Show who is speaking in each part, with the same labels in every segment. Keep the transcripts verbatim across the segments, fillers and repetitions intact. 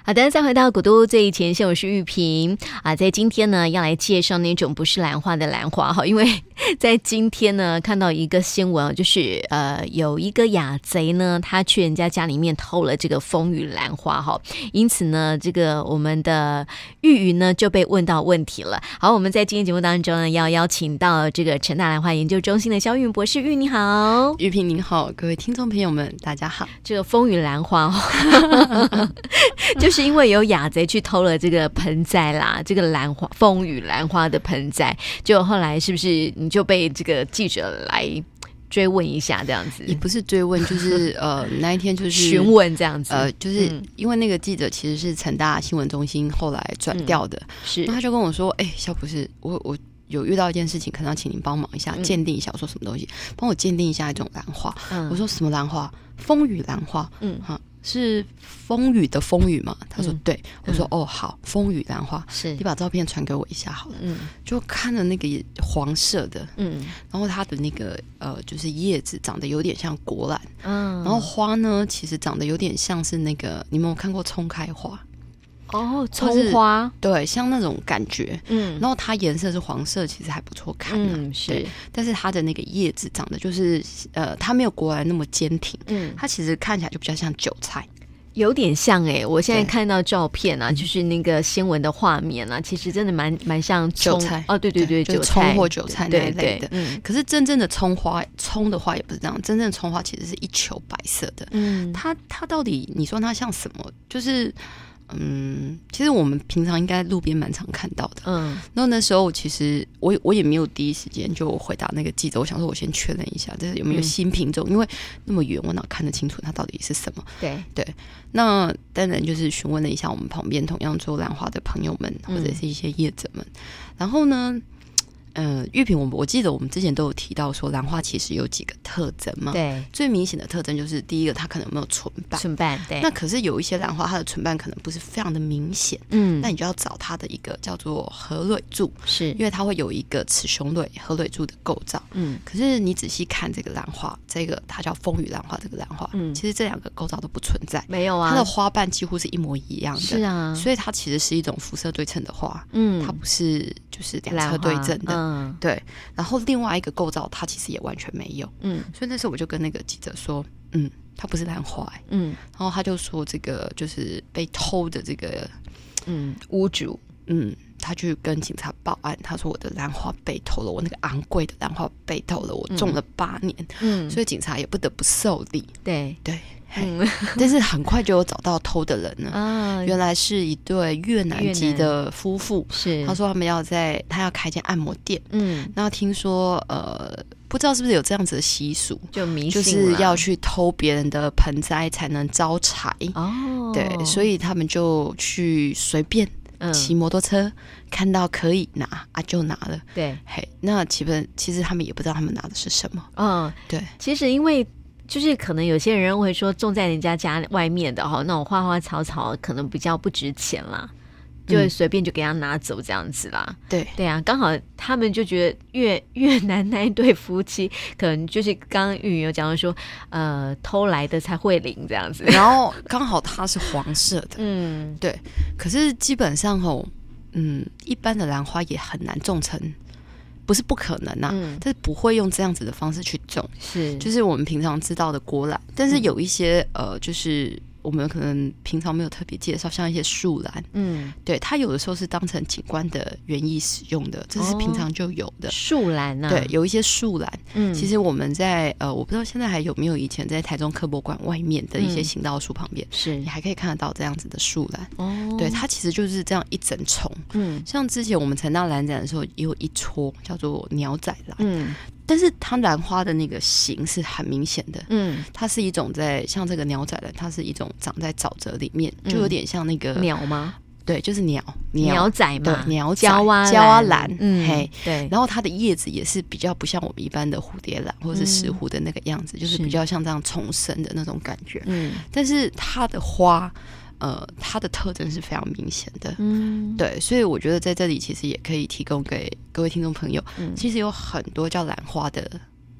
Speaker 1: 好的，再回到古都最前线，我是玉萍啊，在今天呢要来介绍那种不是兰花的兰花哈，因为在今天呢看到一个新闻，就是呃有一个雅贼呢，他去人家家里面偷了这个风雨兰花哈，因此呢，这个我们的玉云呢就被问到问题了。好，我们在今天节目当中呢，要邀请到这个成大兰花研究中心的萧玉云博士，玉你好。
Speaker 2: 玉萍您好，各位听众朋友们，大家好。
Speaker 1: 这个风雨兰花哦，就是因为有雅贼去偷了这个盆栽啦，这个兰花风雨兰花的盆栽，就后来是不是你就被这个记者来追问一下这样子？
Speaker 2: 也不是追问，就是呃那一天就是
Speaker 1: 询问这样子，
Speaker 2: 呃就是因为那个记者其实是成大新闻中心后来转调的，嗯、
Speaker 1: 是，
Speaker 2: 那他就跟我说，哎、欸，萧博士，我我。有遇到一件事情，可能要请您帮忙一下，鉴定一下。我说什么东西？帮我鉴定一下一种兰花。嗯、我说什么兰花？风雨兰花。嗯，哈，是风雨的风雨吗？他说、嗯、对。我说、嗯、哦，好，风雨兰花。是，你把照片传给我一下好了。嗯，就看了那个黄色的，嗯，然后它的那个呃，就是叶子长得有点像果兰，嗯，然后花呢，其实长得有点像是那个，你们有看过葱开花？
Speaker 1: 哦，葱花，
Speaker 2: 对，像那种感觉，嗯，然后它颜色是黄色，其实还不错看、啊，嗯，是，但是它的那个叶子长得就是，呃，它没有果兰那么坚挺，嗯，它其实看起来就比较像韭菜，
Speaker 1: 有点像哎、欸，我现在看到照片啊，就是那个新闻的画面啊，其实真的蛮蛮像
Speaker 2: 韭菜
Speaker 1: 哦，对对对，
Speaker 2: 就葱或韭菜那一类的，嗯，可是真正的葱花，葱的话也不是这样，真正的葱花其实是一球白色的，嗯，它它到底你说它像什么？就是。嗯，其实我们平常应该路边蛮常看到的。嗯，然后那时候其实我我也没有第一时间就回答那个记者，我想说我先确认一下，这有没有新品种，嗯、因为那么远我哪看得清楚它到底是什么？对对，那当然就是询问了一下我们旁边同样做兰花的朋友们或者是一些业者们，嗯、然后呢。嗯、呃，玉萍，我我记得我们之前都有提到说，兰花其实有几个特征嘛。对，最明显的特征就是第一个，它可能有没有唇瓣。
Speaker 1: 唇瓣，对。
Speaker 2: 那可是有一些兰花，它的唇瓣可能不是非常的明显。嗯，那你就要找它的一个叫做河蕊柱，是因为它会有一个雌雄蕊河蕊柱的构造。嗯，可是你仔细看这个兰花，这个它叫风雨兰花，这个兰花，嗯，其实这两个构造都不存在。
Speaker 1: 没有啊，
Speaker 2: 它的花瓣几乎是一模一样的。
Speaker 1: 是啊，
Speaker 2: 所以它其实是一种辐射对称的花。嗯，它不是就是两侧对正的。嗯，对。然后另外一个构造，它其实也完全没有。嗯，所以那时候我就跟那个记者说，嗯，它不是兰花、欸。嗯，然后他就说这个就是被偷的这个，嗯，屋主，嗯，他去跟警察报案，他说我的兰花被偷了，我那个昂贵的兰花被偷了，我种了八年，嗯，所以警察也不得不受理。对对。嗯、但是很快就有找到偷的人了、啊、原来是一对越南籍的夫妇，是他说他们要在他要开间按摩店，嗯，然后听说呃不知道是不是有这样子的习俗，
Speaker 1: 就迷信
Speaker 2: 就是要去偷别人的盆栽才能招财哦，对，所以他们就去随便骑摩托车、嗯、看到可以拿啊就拿了，对，嘿，那其实其实他们也不知道他们拿的是什么，嗯，对，
Speaker 1: 其实因为。就是可能有些人会说种在人家家外面的哈，那种花花草草可能比较不值钱啦，就随便就给他拿走这样子啦。嗯、对对啊，刚好他们就觉得越越南那一对夫妻，可能就是刚刚玉云有讲到说，呃，偷来的才会领这样子，
Speaker 2: 然后刚好它是黄色的，嗯，对。可是基本上吼，嗯，一般的兰花也很难种成。不是不可能啊，嗯、但是不会用这样子的方式去种，是就是我们平常知道的果兰，但是有一些、嗯、呃，就是我们可能平常没有特别介绍，像一些树兰，嗯，对，它有的时候是当成景观的园艺使用的，这是平常就有的。
Speaker 1: 树兰啊，
Speaker 2: 对，有一些树兰，嗯，其实我们在呃，我不知道现在还有没有以前在台中科博馆外面的一些行道树旁边，是、嗯、你还可以看得到这样子的树兰。哦，对，它其实就是这样一整丛。嗯，像之前我们成大兰展的时候，也有一撮叫做鸟仔兰。嗯。但是它兰花的那个形是很明显的，嗯，它是一种在像这个鸟仔兰，它是一种长在沼泽里面，嗯、就有点像那个
Speaker 1: 鸟吗？
Speaker 2: 对，就是鸟
Speaker 1: 鸟, 鸟仔嘛，
Speaker 2: 鸟仔
Speaker 1: 焦蛙
Speaker 2: 焦蛙兰，
Speaker 1: 嗯，
Speaker 2: 嘿，
Speaker 1: 对。
Speaker 2: 然后它的叶子也是比较不像我们一般的蝴蝶兰或者是石斛的那个样子，嗯、就是比较像这样重生的那种感觉，嗯。但是它的花。呃，它的特征是非常明显的，嗯，对，所以我觉得在这里其实也可以提供给各位听众朋友，嗯、其实有很多叫兰花的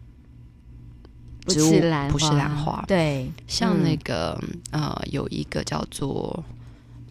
Speaker 2: 植物，
Speaker 1: 不是兰花，
Speaker 2: 不是兰花，
Speaker 1: 对，
Speaker 2: 像那个、嗯、呃，有一个叫做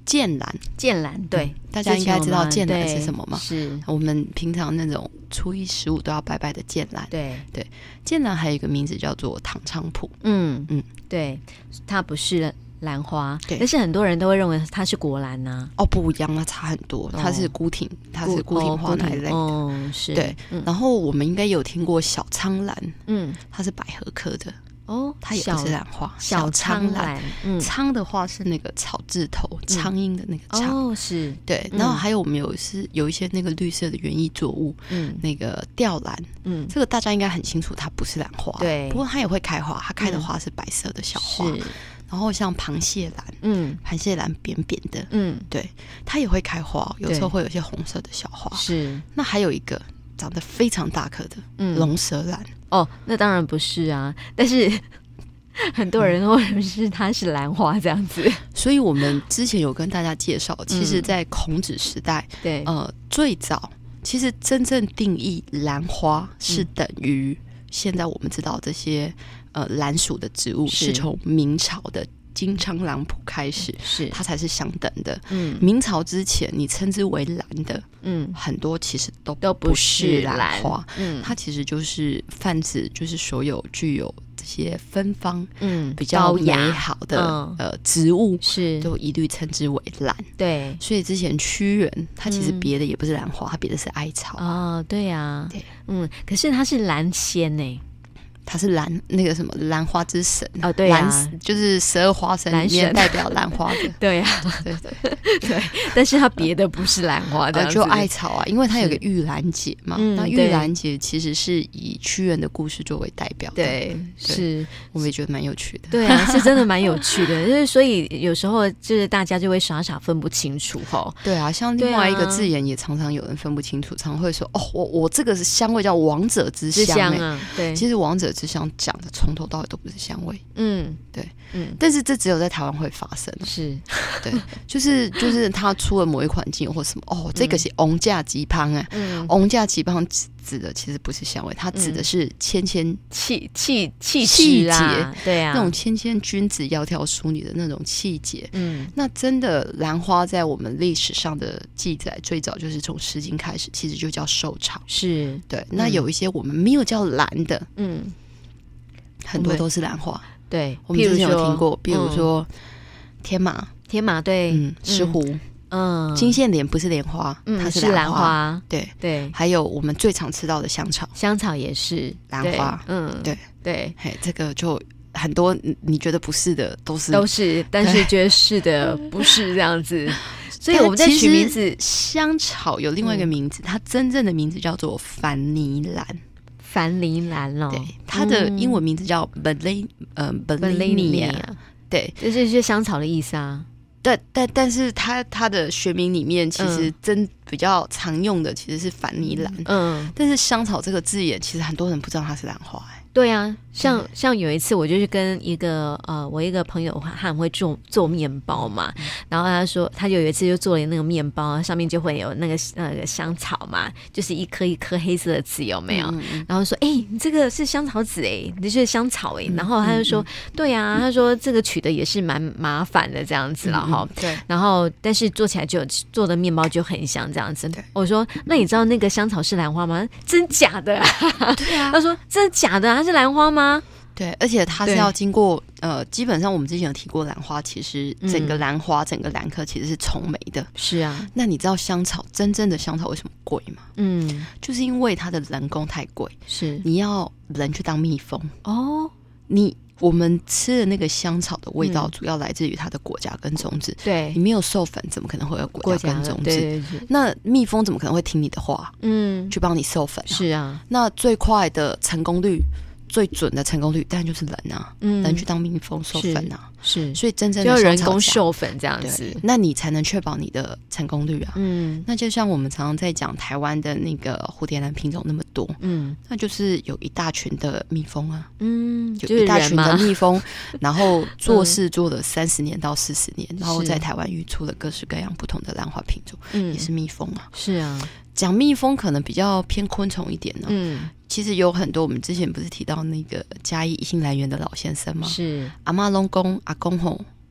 Speaker 2: 剑兰，
Speaker 1: 剑兰对、嗯，
Speaker 2: 大家应该知道剑兰是什么吗？
Speaker 1: 是
Speaker 2: 我们平常那种初一十五都要拜拜的剑兰。
Speaker 1: 对
Speaker 2: 对，剑兰还有一个名字叫做唐菖蒲。
Speaker 1: 嗯嗯，对，它不是兰花，
Speaker 2: 对，
Speaker 1: 但是很多人都会认为它是国兰呐、
Speaker 2: 啊。哦，不一样，它差很多，它是孤挺，哦、它是孤挺花那一类的。
Speaker 1: 哦，是
Speaker 2: 对、嗯。然后我们应该有听过小苍兰，嗯，它是百合科的。哦，它也不是兰花，
Speaker 1: 小苍兰。
Speaker 2: 嗯，苍的话是那个草字头，苍蝇的那个苍。
Speaker 1: 哦，是
Speaker 2: 对。然后还有我们有是有一些那个绿色的园艺作物，嗯，那个吊兰，嗯，这个大家应该很清楚，它不是兰花，
Speaker 1: 对。
Speaker 2: 不过它也会开花，它开的花是白色的小花。是。然后像螃蟹兰，嗯，螃蟹兰扁扁的，嗯，对，它也会开花，有时候会有一些红色的小花。是。那还有一个长得非常大颗的，嗯，龙舌兰。
Speaker 1: 哦，那当然不是啊，但是很多人会是它是兰花这样子。
Speaker 2: 所以我们之前有跟大家介绍，其实在孔子时代，嗯、对，呃，最早其实真正定义兰花是等于现在我们知道这些呃兰属的植物，是从明朝的金菖兰蒲开始，是它才是相等的。嗯，明朝之前你称之为兰的，嗯，很多其实都
Speaker 1: 都不是
Speaker 2: 兰花，嗯，它其实就是泛指就是所有具有这些芬芳，嗯，比较美好的、嗯、呃植物，是都一律称之为兰。对，所以之前屈原他其实别的也不是兰花，他别的是艾草。
Speaker 1: 哦，对呀、啊，对，嗯，可是他是兰仙呢。
Speaker 2: 它是兰那个什么兰花之神
Speaker 1: 哦，对啊，
Speaker 2: 兰就是十二花神里面代表兰花的，
Speaker 1: 对啊，对对对，但是它别的不是兰花的、
Speaker 2: 呃，就艾草啊，因为它有个玉兰节嘛，嗯、那玉兰节其实是以屈原的故事作为代表的，
Speaker 1: 对，对是，
Speaker 2: 我们也觉得蛮有趣的，
Speaker 1: 对啊，是真的蛮有趣的，就是所以有时候就是大家就会傻傻分不清楚哈，
Speaker 2: 对啊，像另外一个字眼也常常有人分不清楚，常常会说哦，我我这个是香味叫王者之香、欸，
Speaker 1: 香啊，对，
Speaker 2: 其实王者之香讲的从头到尾都不是香味，嗯，对，嗯，但是这只有在台湾会发生，
Speaker 1: 是，
Speaker 2: 对，就是就是他出了某一款精油或什么，哦，这个是翁架吉芳哎，翁架吉芳指的其实不是香味，它指的是谦谦
Speaker 1: 气气气
Speaker 2: 气节，
Speaker 1: 对啊，
Speaker 2: 那种谦谦君子窈窕淑女的那种气节，嗯，那真的兰花在我们历史上的记载，最早就是从《诗经》开始，其实就叫寿草，
Speaker 1: 是对，
Speaker 2: 那有一些我们没有叫兰的，嗯。很多都是兰花，
Speaker 1: 对，
Speaker 2: 我们之前有听过，比如说天麻，
Speaker 1: 天麻对，
Speaker 2: 嗯，石斛，嗯，金线莲不是莲花，
Speaker 1: 嗯，
Speaker 2: 它
Speaker 1: 是兰花，
Speaker 2: 对
Speaker 1: 对，
Speaker 2: 还有我们最常吃到的香草，
Speaker 1: 香草也是
Speaker 2: 兰花，
Speaker 1: 嗯，
Speaker 2: 对
Speaker 1: 对，
Speaker 2: 嘿，这个就很多你觉得不是的都是
Speaker 1: 都是，但是觉得是的不是这样子。所以我们在取名字，
Speaker 2: 香草有另外一个名字，它真正的名字叫做凡尼兰。
Speaker 1: 凡尼兰哦，
Speaker 2: 对，它的英文名字叫 Bellini， 呃 Bellini， 对，
Speaker 1: 这是香草的意思啊。
Speaker 2: 对，但但是它它的学名里面其实真比较常用的其实是凡尼兰，嗯，但是香草这个字眼，其实很多人不知道它是兰花、欸。
Speaker 1: 对啊，像像有一次我就是跟一个呃我一个朋友，他很会做做面包嘛，嗯、然后他说他有一次就做了那个面包，上面就会有那个呃香草嘛，就是一颗一颗黑色的籽，有没有？嗯嗯、然后说哎、欸，你这个是香草籽哎、欸，你这是香草哎、欸，嗯、然后他就说、嗯、对啊，他说这个取的也是蛮麻烦的这样子了哈、嗯嗯，对，然后但是做起来就做的面包就很香这样子。我说那你知道那个香草是兰花吗？真假的、啊？对啊，他说真的假的、啊？是兰花吗？
Speaker 2: 对，而且它是要经过呃，基本上我们之前有提过兰花，其实整个兰花、嗯、整个兰科其实是重霉的。
Speaker 1: 是啊，
Speaker 2: 那你知道香草真正的香草为什么贵吗？嗯，就是因为它的人工太贵，是你要人去当蜜蜂哦。你我们吃的那个香草的味道，主要来自于它的果荚跟种子。对、嗯，你没有授粉，怎么可能会有果荚跟种子？对对对，那蜜蜂怎么可能会听你的话？嗯，去帮你授粉、啊？
Speaker 1: 是啊，
Speaker 2: 那最快的成功率。最准的成功率当然就是人啊，嗯、人去当蜜蜂授粉啊，
Speaker 1: 是，
Speaker 2: 所以真正的
Speaker 1: 就人工授粉这样子，
Speaker 2: 那你才能确保你的成功率啊。嗯，那就像我们常常在讲台湾的那个蝴蝶兰品种那么多，嗯，那就是有一大群的蜜蜂啊，嗯，有一大群的蜜蜂，然后做事做了三十年到四十年，然后在台湾育出了各式各样不同的兰花品种，嗯，也是蜜蜂啊，
Speaker 1: 是啊。
Speaker 2: 讲蜜蜂可能比较偏昆虫一点呢、啊，嗯，其实有很多，我们之前不是提到那个嘉义宜兴兰园的老先生吗？是阿嬷拢讲阿公吼，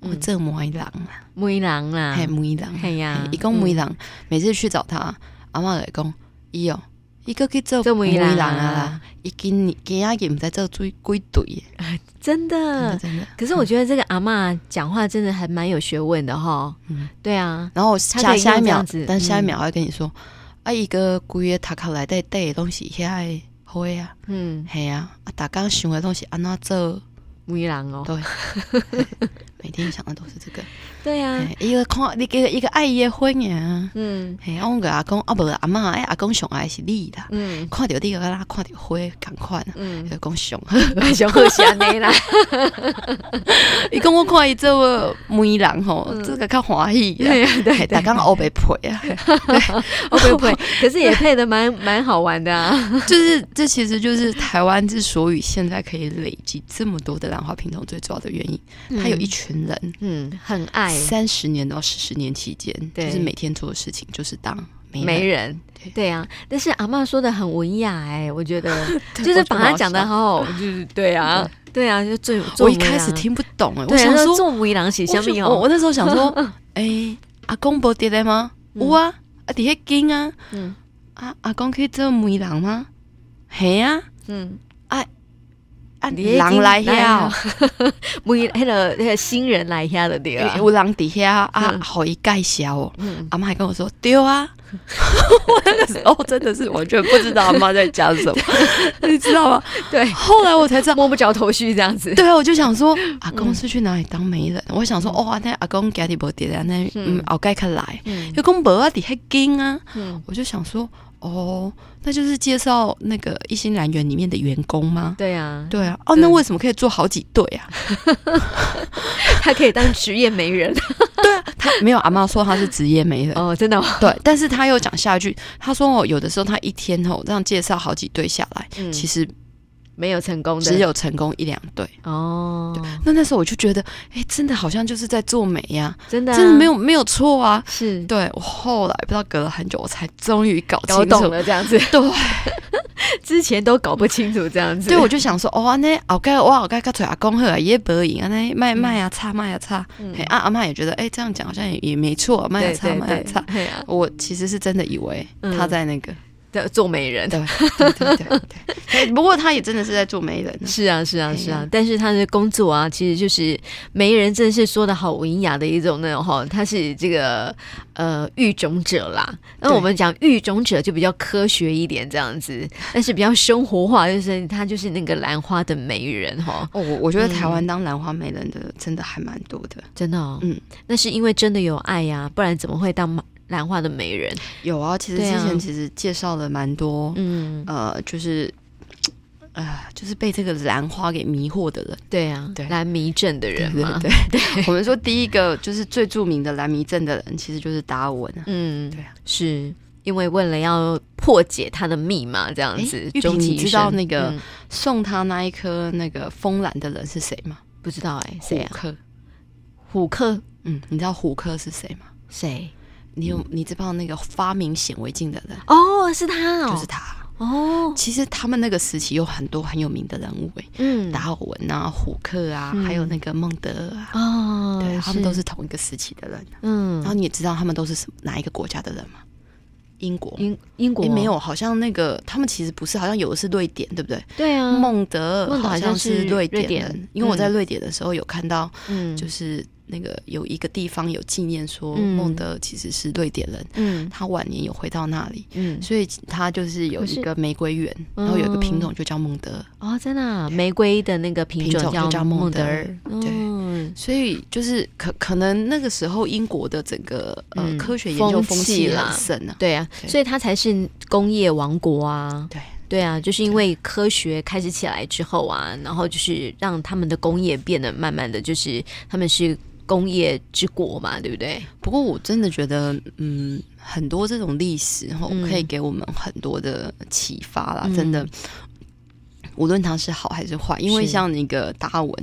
Speaker 2: 我这梅郎啊，
Speaker 1: 梅郎啦，
Speaker 2: 嘿梅郎，
Speaker 1: 嘿呀，
Speaker 2: 伊讲梅郎，每次去找他，阿嬷来讲，伊哦，伊个去做梅郎啊，伊今今仔日唔知做几几对，
Speaker 1: 真的
Speaker 2: 真的。
Speaker 1: 可是我觉得这个阿嬷讲话真的还蛮有学问的哈，嗯，对啊。
Speaker 2: 然后下下一秒，但下一秒还跟你说，啊，伊个规个头壳内底底的东西遐花啊，嗯，系啊，啊，大家想的东西安怎做？
Speaker 1: 梅郎哦，
Speaker 2: 对，每天想的都是这个。
Speaker 1: 对呀、啊，
Speaker 2: 一个看一个一个爱伊的婚呀，嗯，嘿，我个阿公啊，无阿嬷，哎，阿公上爱是你啦，嗯，看到你个啦，看到花赶快，嗯，就讲上
Speaker 1: 上好是安尼啦。
Speaker 2: 伊讲我看伊做梅郎吼，这个较欢喜，对对，大家欧白配啊，
Speaker 1: 欧白配，可是也配的蛮蛮好玩的啊。
Speaker 2: 就是这其实就是台湾之所以现在可以累积这么多的兰花品种最主要的原因，他有一群人，
Speaker 1: 嗯，很爱。
Speaker 2: 三十年到十年期间，就是每天做的事情就是当媒人，
Speaker 1: 媒人对对啊。但是阿嬷说的很文雅哎、欸，我觉得就是把他讲的好好，就是对啊，对啊，就做做。
Speaker 2: 我一开始听不懂哎、欸，
Speaker 1: 我
Speaker 2: 想说
Speaker 1: 做梅郎是什么哦？
Speaker 2: 我我那时候想说，哎、欸，阿公无伫咧吗？有啊，啊伫迄间啊，嗯，啊阿公可以做梅郎吗？系啊，嗯。啊，人来遐，
Speaker 1: 每迄个迄个新人来遐的对啊，
Speaker 2: 有人伫遐啊，互伊介绍哦。阿嬷还跟我说对啊，我那个时候真的是完全不知道阿嬷在讲什么，你知道吗？
Speaker 1: 对，
Speaker 2: 后来我才知道
Speaker 1: 摸不着头绪这样子。
Speaker 2: 对啊，我就想说阿公是去哪里当媒人？我想说哦，那阿公家里无伫咧，那嗯后盖较来，又讲无啊伫迄间啊，我就想说。哦，那就是介绍那个一心兰园里面的员工吗？
Speaker 1: 对啊，
Speaker 2: 对啊。哦，那为什么可以做好几对啊？
Speaker 1: 他可以当职业媒人。
Speaker 2: 对啊，他没有阿嬷说他是职业媒人
Speaker 1: 哦，真的、哦。
Speaker 2: 对，但是他又讲下一句，他说哦，有的时候他一天哦这样介绍好几对下来，嗯、其实。
Speaker 1: 没有成功的，
Speaker 2: 只有成功一两对哦。对，那那时候我就觉得，哎、欸，真的好像就是在做媒呀、啊，
Speaker 1: 真的、啊，
Speaker 2: 真的没有没有错啊。
Speaker 1: 是，
Speaker 2: 对我后来不知道隔了很久，我才终于搞清楚
Speaker 1: 搞懂了这样子。
Speaker 2: 对，
Speaker 1: 之前都搞不清楚这样子。
Speaker 2: 对，我就想说，哦，那后盖我后盖甲找阿公好啊，也不赢啊，那卖卖啊差卖啊差。嗯、啊阿妈也觉得，哎、欸，这样讲好像也也没错，卖啊差卖啊差。啊、我其实是真的以为他在那个。嗯
Speaker 1: 做媒人，
Speaker 2: 对对对对对。不过他也真的是在做媒人，
Speaker 1: 是啊是啊是啊。但是他的工作啊，其实就是媒人，真是说的好文雅的一种那种哈。他是这个呃育种者啦，那我们讲育种者就比较科学一点这样子，但是比较生活化，就是他就是那个兰花的媒人哈。
Speaker 2: 哦，我我觉得台湾当兰花媒人的真的还蛮多的，
Speaker 1: 真的哦。嗯，那是因为真的有爱呀、啊，不然怎么会当兰花的媒人？
Speaker 2: 有啊，其实之前其实介绍了蛮多，嗯，呃，就是呃，就是被这个兰花给迷惑的人，
Speaker 1: 对啊，
Speaker 2: 对
Speaker 1: 兰迷症的人嘛，
Speaker 2: 对对对。我们说第一个就是最著名的兰迷症的人，其实就是达尔文啊，嗯，对啊，
Speaker 1: 是因为为了要破解他的密码，这样子。
Speaker 2: 玉萍，你知道那个、嗯、送他那一颗那个枫兰的人是谁吗？
Speaker 1: 不知道哎、欸，谁啊？
Speaker 2: 虎克，
Speaker 1: 虎克，
Speaker 2: 嗯，你知道虎克是谁吗？
Speaker 1: 谁？
Speaker 2: 你有你知道那个发明显微镜的人？
Speaker 1: 哦，是他哦，
Speaker 2: 就是他哦。其实他们那个时期有很多很有名的人物哎，嗯，达尔文啊、虎克啊，嗯、还有那个孟德尔啊，哦，对，他们都是同一个时期的人。嗯，然后你也知道他们都是什么哪一个国家的人吗？英国，
Speaker 1: 英英国、
Speaker 2: 欸、没有，好像那个他们其实不是，好像有的是瑞典，对不对？
Speaker 1: 对啊，
Speaker 2: 孟德尔好像是瑞典人，
Speaker 1: 典嗯、
Speaker 2: 因为我在瑞典的时候有看到，嗯，就是那个有一个地方有纪念说孟德尔其实是瑞典人，嗯，他晚年有回到那里，嗯，所以他就是有一个玫瑰园，然后有一个品种就叫孟德尔。
Speaker 1: 哦，真的、啊，玫瑰的那个品种
Speaker 2: 就叫孟德尔，
Speaker 1: 对。
Speaker 2: 嗯、所以就是可可能那个时候英国的整个呃、嗯、科学研究风气很盛啊，
Speaker 1: 对啊，对，所以它才是工业王国啊，
Speaker 2: 对
Speaker 1: 对啊，就是因为科学开始起来之后啊，然后就是让他们的工业变得慢慢的就是他们是工业之国嘛，对不对？
Speaker 2: 不过我真的觉得，嗯，很多这种历史后、嗯、可以给我们很多的启发啦，嗯、真的。无论它是好还是坏，因为像那个达尔文，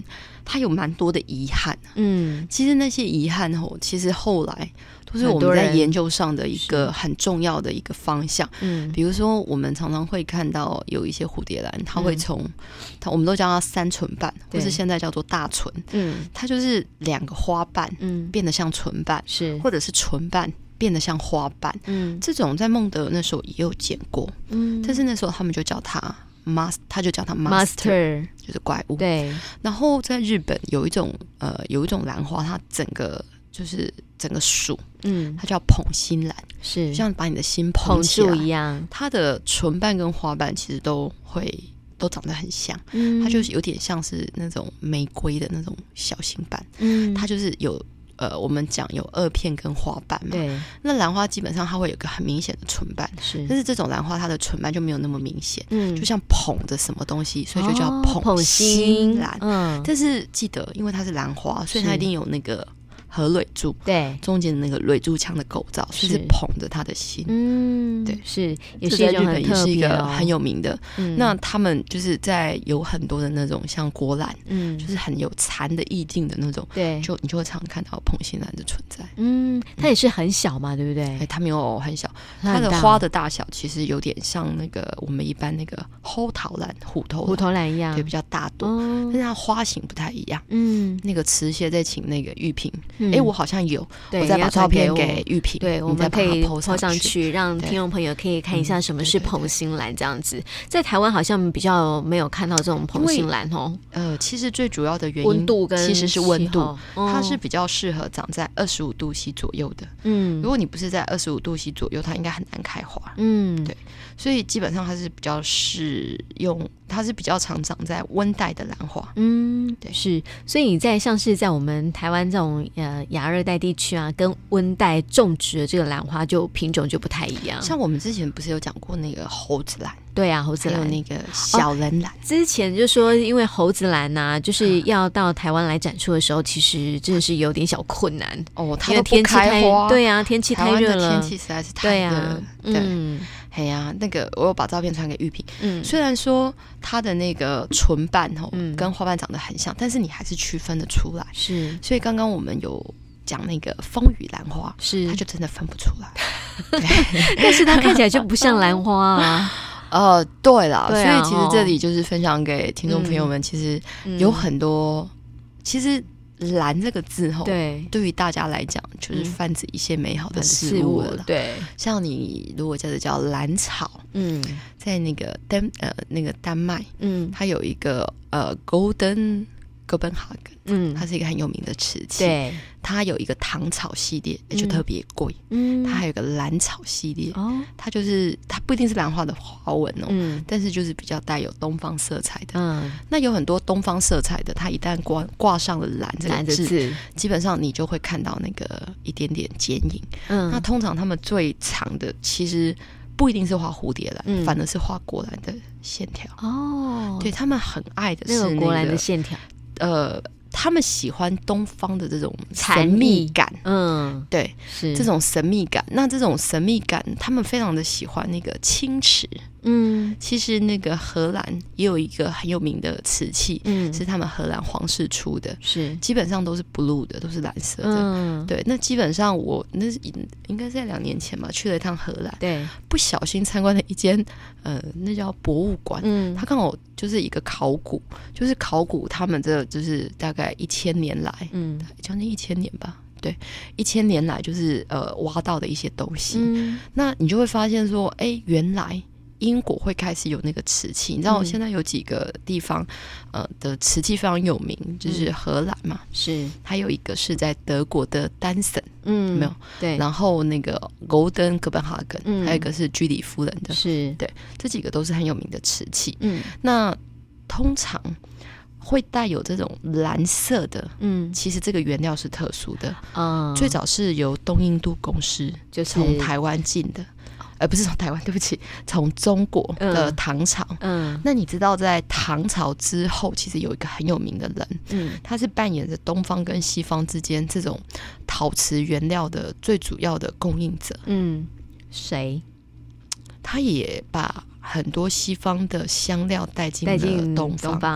Speaker 2: 它有蛮多的遗憾。嗯，其实那些遗憾吼，其实后来都是我们在研究上的一个很重要的一个方向。嗯，比如说我们常常会看到有一些蝴蝶兰，它会从、嗯、它我们都叫它三唇瓣，或是现在叫做大唇。嗯，它就是两个花瓣，嗯，变得像唇瓣，是或者是唇瓣变得像花瓣。嗯，这种在孟德尔那时候也有见过。嗯，但是那时候他们就叫它 master， 他就叫它 master，, master 就是怪物。对。然后在日本有一种呃有一种兰花，它整个就是整个属，嗯，它叫捧心兰，是就像把你的心捧起来一样。它的唇瓣跟花瓣其实都会都长得很像，嗯，它就是有点像是那种玫瑰的那种小型瓣，嗯，它就是有呃，我们讲有萼片跟花瓣嘛，对。那兰花基本上它会有一个很明显的唇瓣，是，但是这种兰花它的唇瓣就没有那么明显，嗯，就像捧着什么东西，所以就叫捧心兰。嗯，但是记得，因为它是兰花，所以它一定有那个和蕊柱，对，中间的那个蕊柱腔的构造，所以是捧着他的心。嗯，对，是，也是在日本也是一个很有名的。嗯，那他们就是在有很多的那种像国兰，嗯，就是很有禅的意境的那种，对，就你就会常常看到捧心兰的存在。嗯，它也是很小嘛，对不对？哎，它没有很小，它的花的大小其实有点像那个我们一般那个猴桃兰、虎头虎头兰一样，对，比较大朵，哦，但是它花型不太一样。嗯，那个池蟹再请那个玉萍。哎、嗯，我好像有，我再把照片给玉萍，对，我们可以 po 上去，让听众朋友可以看一下什么是捧心兰这样子。在台湾好像比较没有看到这种捧心兰哦。呃，其实最主要的原因，温度跟其实是温度，哦，它是比较适合长在二十五度 C 左右的。嗯，如果你不是在二十五度 C 左右，它应该很难开花。嗯，对，所以基本上它是比较适用，它是比较常长在温带的兰花。嗯，对，是。所以你在像是在我们台湾这种呃亚热带地区啊，跟温带种植的这个兰花就品种就不太一样。像我们之前不是有讲过那个猴子兰？对啊，猴子兰还有那个小人兰。哦，之前就说因为猴子兰啊，就是要到台湾来展出的时候，其实真的是有点小困难哦，它都不开花。对啊，天气太热了，天气实在是太热了。对啊，嗯。嘿呀，啊，那个我有把照片传给玉萍。嗯，虽然说它的那个唇瓣哦，嗯，跟花瓣长得很像，但是你还是区分得出来。是，所以刚刚我们有讲那个风雨兰花，是，它就真的分不出来。但是它看起来就不像兰花啊。呃，对啦，对啊，所以其实这里就是分享给听众朋友们，嗯，其实有很多，嗯，其实。兰这个字吼，对，对于大家来讲就是泛指一些美好的事物了。对，像你如果叫做叫兰草，嗯，在那个丹呃那个丹麦，嗯，它有一个呃 Golden Copenhagen，嗯，它是一个很有名的瓷器，对，它有一个糖草系列，嗯，就特别贵，嗯，它还有一个兰草系列，哦，它就是它不一定是兰花的花纹哦，嗯，但是就是比较带有东方色彩的，嗯，那有很多东方色彩的，它一旦挂挂上了兰这个字，字基本上你就会看到那个一点点剪影，嗯，那通常他们最长的其实不一定是画蝴蝶兰，嗯，反而是画国兰的线条哦，对，他们很爱的是那个国兰的线条。呃，他们喜欢东方的这种神秘感，嗯，对，是这种神秘感。那这种神秘感，他们非常的喜欢那个青池。嗯，其实那个荷兰也有一个很有名的瓷器，嗯，是他们荷兰皇室出的，是基本上都是 blue 的，都是蓝色的。嗯，对。那基本上我那是应该是在两年前嘛，去了一趟荷兰，对，不小心参观了一间呃，那叫博物馆，嗯，它刚好就是一个考古，就是考古他们这就是大概一千年来，嗯，将近一千年吧。对，一千年来就是呃挖到的一些东西，嗯，那你就会发现说，哎，原来英国会开始有那个瓷器。你知道我现在有几个地方呃的瓷器非常有名，就是荷兰嘛，是，还有一个是在德国的丹森，嗯，没有，对，然后那个 Golden Copenhagen，嗯，还有一个是居里夫人的，是，对，这几个都是很有名的瓷器。嗯，那通常会带有这种蓝色的，嗯，其实这个原料是特殊的，嗯，最早是由东印度公司就从台湾进的，呃，不是从台湾，对不起，从中国的唐朝，嗯，那你知道在唐朝之后，其实有一个很有名的人，嗯，他是扮演着东方跟西方之间这种陶瓷原料的最主要的供应者，嗯，谁？他也把很多西方的香料带进了东方，东方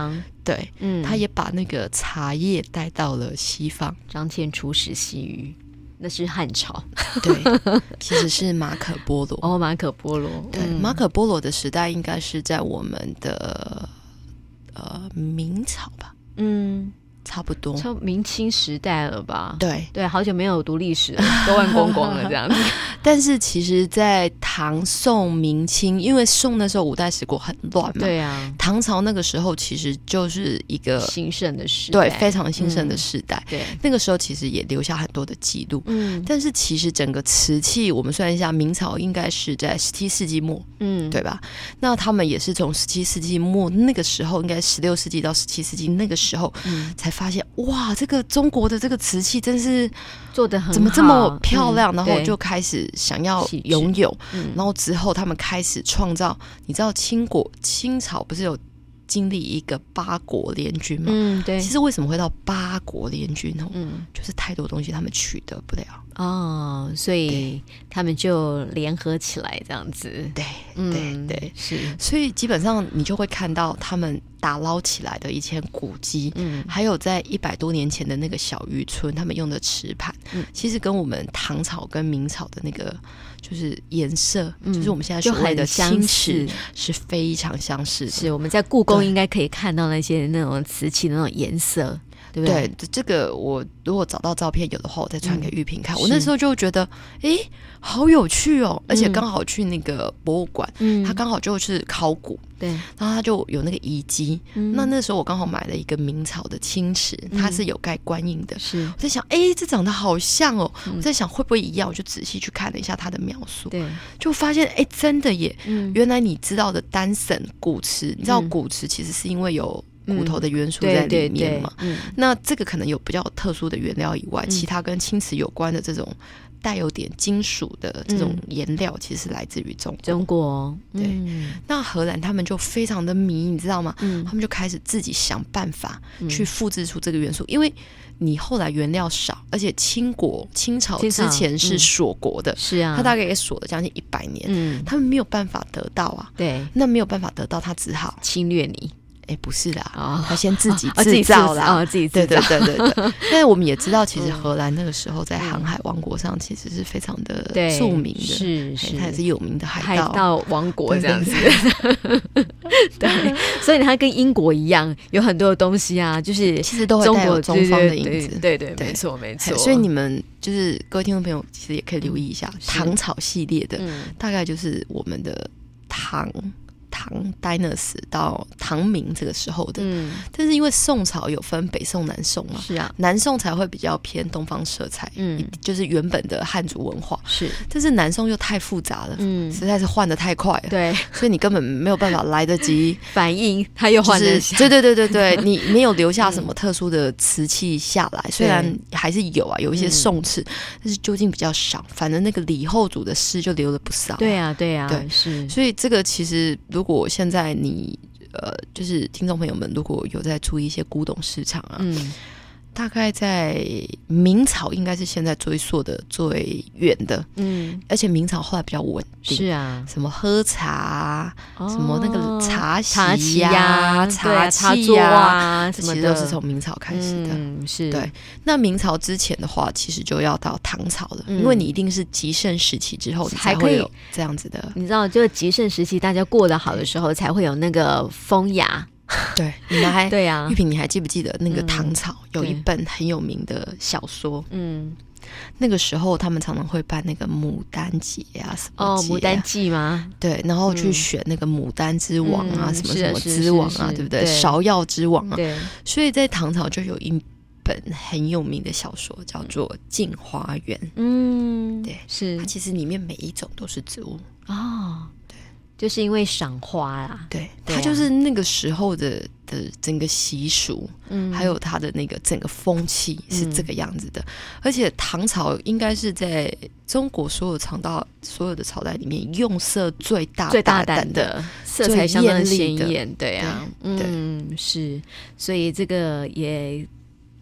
Speaker 2: 对，嗯，他也把那个茶叶带到了西方。
Speaker 1: 张骞出使西域，那是汉朝。
Speaker 2: 对，其实是马可波罗。
Speaker 1: 哦，马可波罗。
Speaker 2: 对，嗯、马可波罗的时代应该是在我们的呃明朝吧？嗯。差不多，
Speaker 1: 超明清时代了吧？
Speaker 2: 对
Speaker 1: 对，好久没有读历史了，都忘光光了这样子。
Speaker 2: 但是其实，在唐宋明清，因为宋那时候五代十国很乱嘛，
Speaker 1: 对啊。
Speaker 2: 唐朝那个时候其实就是一个
Speaker 1: 兴盛的时代，
Speaker 2: 对，非常兴盛的时代。
Speaker 1: 嗯、对，
Speaker 2: 那个时候其实也留下很多的记录。嗯，但是其实整个瓷器，我们算一下，明朝应该是在十七世纪末，嗯，对吧？那他们也是从十七世纪末那个时候，应该十六世纪到十七世纪那个时候，嗯，才发现哇，这个中国的这个瓷器真是
Speaker 1: 做得很好，
Speaker 2: 怎么这么漂亮？嗯、然后就开始想要拥有，嗯、然后之后他们开始创造。你知道清国清朝不是有经历一个八国联军吗？嗯，对。其实为什么会到八国联军呢？嗯，就是太多东西他们取得不了
Speaker 1: 哦，所以他们就联合起来这样子。
Speaker 2: 对，对，对，
Speaker 1: 嗯，是。
Speaker 2: 所以基本上你就会看到他们打捞起来的一些古迹，嗯，还有在一百多年前的那个小渔村，他们用的瓷盘，嗯，其实跟我们唐朝跟明朝的那个就是颜色，嗯、就是我们现在所谓的青瓷是非常相似的。
Speaker 1: 是我们在故宫应该可以看到那些那种瓷器的那种颜色。对不对？
Speaker 2: 对，这个我如果找到照片有的话，我再传给玉萍看。嗯、我那时候就觉得，哎，好有趣哦！而且刚好去那个博物馆，嗯，它刚好就是考古，
Speaker 1: 对，
Speaker 2: 然后它就有那个遗迹。嗯、那那时候我刚好买了一个明朝的青瓷，它是有盖官印的。是、嗯，我在想，哎，这长得好像哦！嗯、我在想会不会一样？我就仔细去看了一下它的描述，对，就发现，哎，真的耶！嗯、原来你知道的单省古瓷，你知道古瓷其实是因为有骨头的元素在里面嘛，嗯、那这个可能有比较特殊的原料以外，嗯、其他跟青瓷有关的这种带有点金属的这种颜料，其实是来自于中国。
Speaker 1: 中国，
Speaker 2: 对。嗯、那荷兰他们就非常的迷，你知道吗？嗯、他们就开始自己想办法去复制出这个元素，嗯、因为你后来原料少，而且清国清朝之前是锁国的，
Speaker 1: 是啊，
Speaker 2: 他大概也锁了将近一百年，嗯，他们没有办法得到啊，
Speaker 1: 对，
Speaker 2: 那没有办法得到，他只好
Speaker 1: 侵略你。
Speaker 2: 哎，不是啦，哦、他先自己制造啦，
Speaker 1: 哦，自己制造，
Speaker 2: 对对对对对。但是我们也知道，其实荷兰那个时候在航海王国上其实是非常的著名的，
Speaker 1: 是是，
Speaker 2: 他也是有名的海盗
Speaker 1: 海盗王国这样子。对，所以他跟英国一样，有很多的东西啊，就是
Speaker 2: 其实都会带有中方的影子。
Speaker 1: 对对，没错没错。
Speaker 2: 所以你们就是各位听众朋友，其实也可以留意一下唐朝系列的，大概就是我们的唐。唐 dynasty 到唐明这个时候的，嗯，但是因为宋朝有分北宋、南宋嘛，
Speaker 1: 是啊，
Speaker 2: 南宋才会比较偏东方色彩，嗯，就是原本的汉族文化
Speaker 1: 是，
Speaker 2: 但是南宋又太复杂了，嗯，实在是换得太快了，
Speaker 1: 对，
Speaker 2: 所以你根本没有办法来得及
Speaker 1: 反应，他又换了、
Speaker 2: 就是，对对对对对，你没有留下什么特殊的瓷器下来，嗯、虽然还是有啊，有一些宋瓷，嗯、但是究竟比较少，反正那个李后主的诗就留了不少，
Speaker 1: 对啊对啊，
Speaker 2: 对，
Speaker 1: 是，
Speaker 2: 所以这个其实。如果现在你呃，就是听众朋友们，如果有在注意一些古董市场啊，嗯，大概在明朝应该是现在追溯的最远的，嗯，而且明朝后来比较稳定，
Speaker 1: 是啊，
Speaker 2: 什么喝茶啊，哦、什么那个茶
Speaker 1: 席
Speaker 2: 呀、茶器呀，这其实都是从明朝开始的，
Speaker 1: 嗯，是
Speaker 2: 对。那明朝之前的话，其实就要到唐朝了，嗯、因为你一定是极盛时期之后，你才会有这样子的。
Speaker 1: 你知道，就是极盛时期大家过得好的时候，才会有那个风雅。
Speaker 2: 对，你们还
Speaker 1: 对呀、啊，
Speaker 2: 玉萍，你还记不记得那个唐朝有一本很有名的小说？嗯，那个时候他们常常会办那个牡丹节啊，什么
Speaker 1: 哦，牡丹季吗？
Speaker 2: 对，然后去选那个牡丹之王啊，嗯、什么什么之王啊，对不对？芍药之王啊，对。所以在唐朝就有一本很有名的小说，叫做《镜花缘》。嗯，对，是它其实里面每一种都是植物
Speaker 1: 哦。就是因为赏花啦，
Speaker 2: 对，对啊、它就是那个时候的的整个习俗，嗯，还有它的那个整个风气是这个样子的。嗯、而且唐朝应该是在中国所有朝代所有的朝代里面用色最大
Speaker 1: 最大胆的，色彩相当鲜艳，
Speaker 2: 对
Speaker 1: 啊，
Speaker 2: 对
Speaker 1: 嗯，是，所以这个也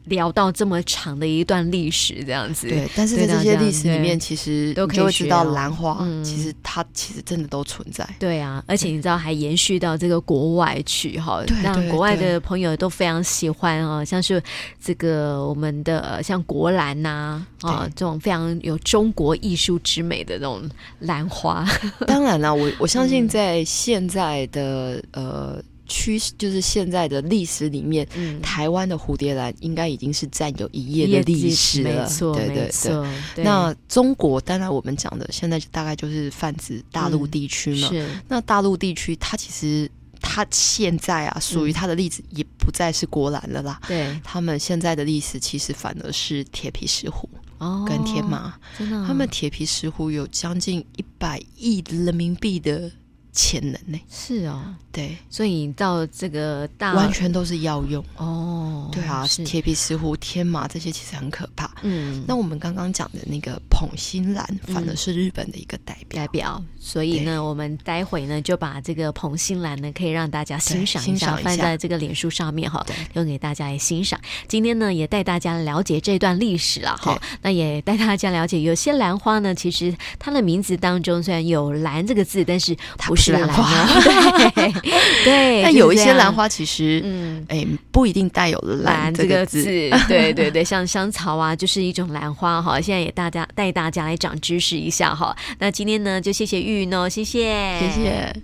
Speaker 1: 聊到这么长的一段历史这样子。
Speaker 2: 对，但是在这些历史里面，其实你就会知道兰花、嗯、其实它其实真的都存在。
Speaker 1: 对啊，而且你知道还延续到这个国外去哈，让国外的朋友都非常喜欢啊，像是这个我们的像国兰呐 啊, 啊这种非常有中国艺术之美的那种兰花。
Speaker 2: 当然啦，我我相信在现在的、嗯、呃。趋势就是现在的历史里面、嗯、台湾的蝴蝶兰应该已经是占有一页的历史了，
Speaker 1: 没错，
Speaker 2: 对对 对, 对。那中国当然我们讲的现在大概就是泛指大陆地区嘛、嗯、是。那大陆地区它其实它现在啊属于它的历史也不再是国兰了啦，对、嗯，他们现在的历史其实反而是铁皮石斛跟天麻、哦、真的、啊、他们铁皮石斛有将近一百亿人民币的潜能呢。
Speaker 1: 是哦，
Speaker 2: 对，
Speaker 1: 所以到这个大
Speaker 2: 完全都是药用哦。对啊，铁皮石斛、天麻这些其实很可怕。嗯，那我们刚刚讲的那个捧心兰反而是日本的一个代表、嗯、代表，
Speaker 1: 所以呢我们待会呢就把这个捧心兰呢可以让大家欣赏一下，放在这个脸书上面哈，留给大家来欣赏。今天呢也带大家了解这段历史了哈，那也带大家了解有些兰花呢其实它的名字当中虽然有兰这个字，但是不是兰花。对对，
Speaker 2: 但有一些兰花其实嗯哎不一定带有兰这个字。
Speaker 1: 对对对，像香草啊就是一种兰花哈，现在也大家带大家来长知识一下哈。那今天呢就谢谢玉云哦，谢谢
Speaker 2: 谢谢。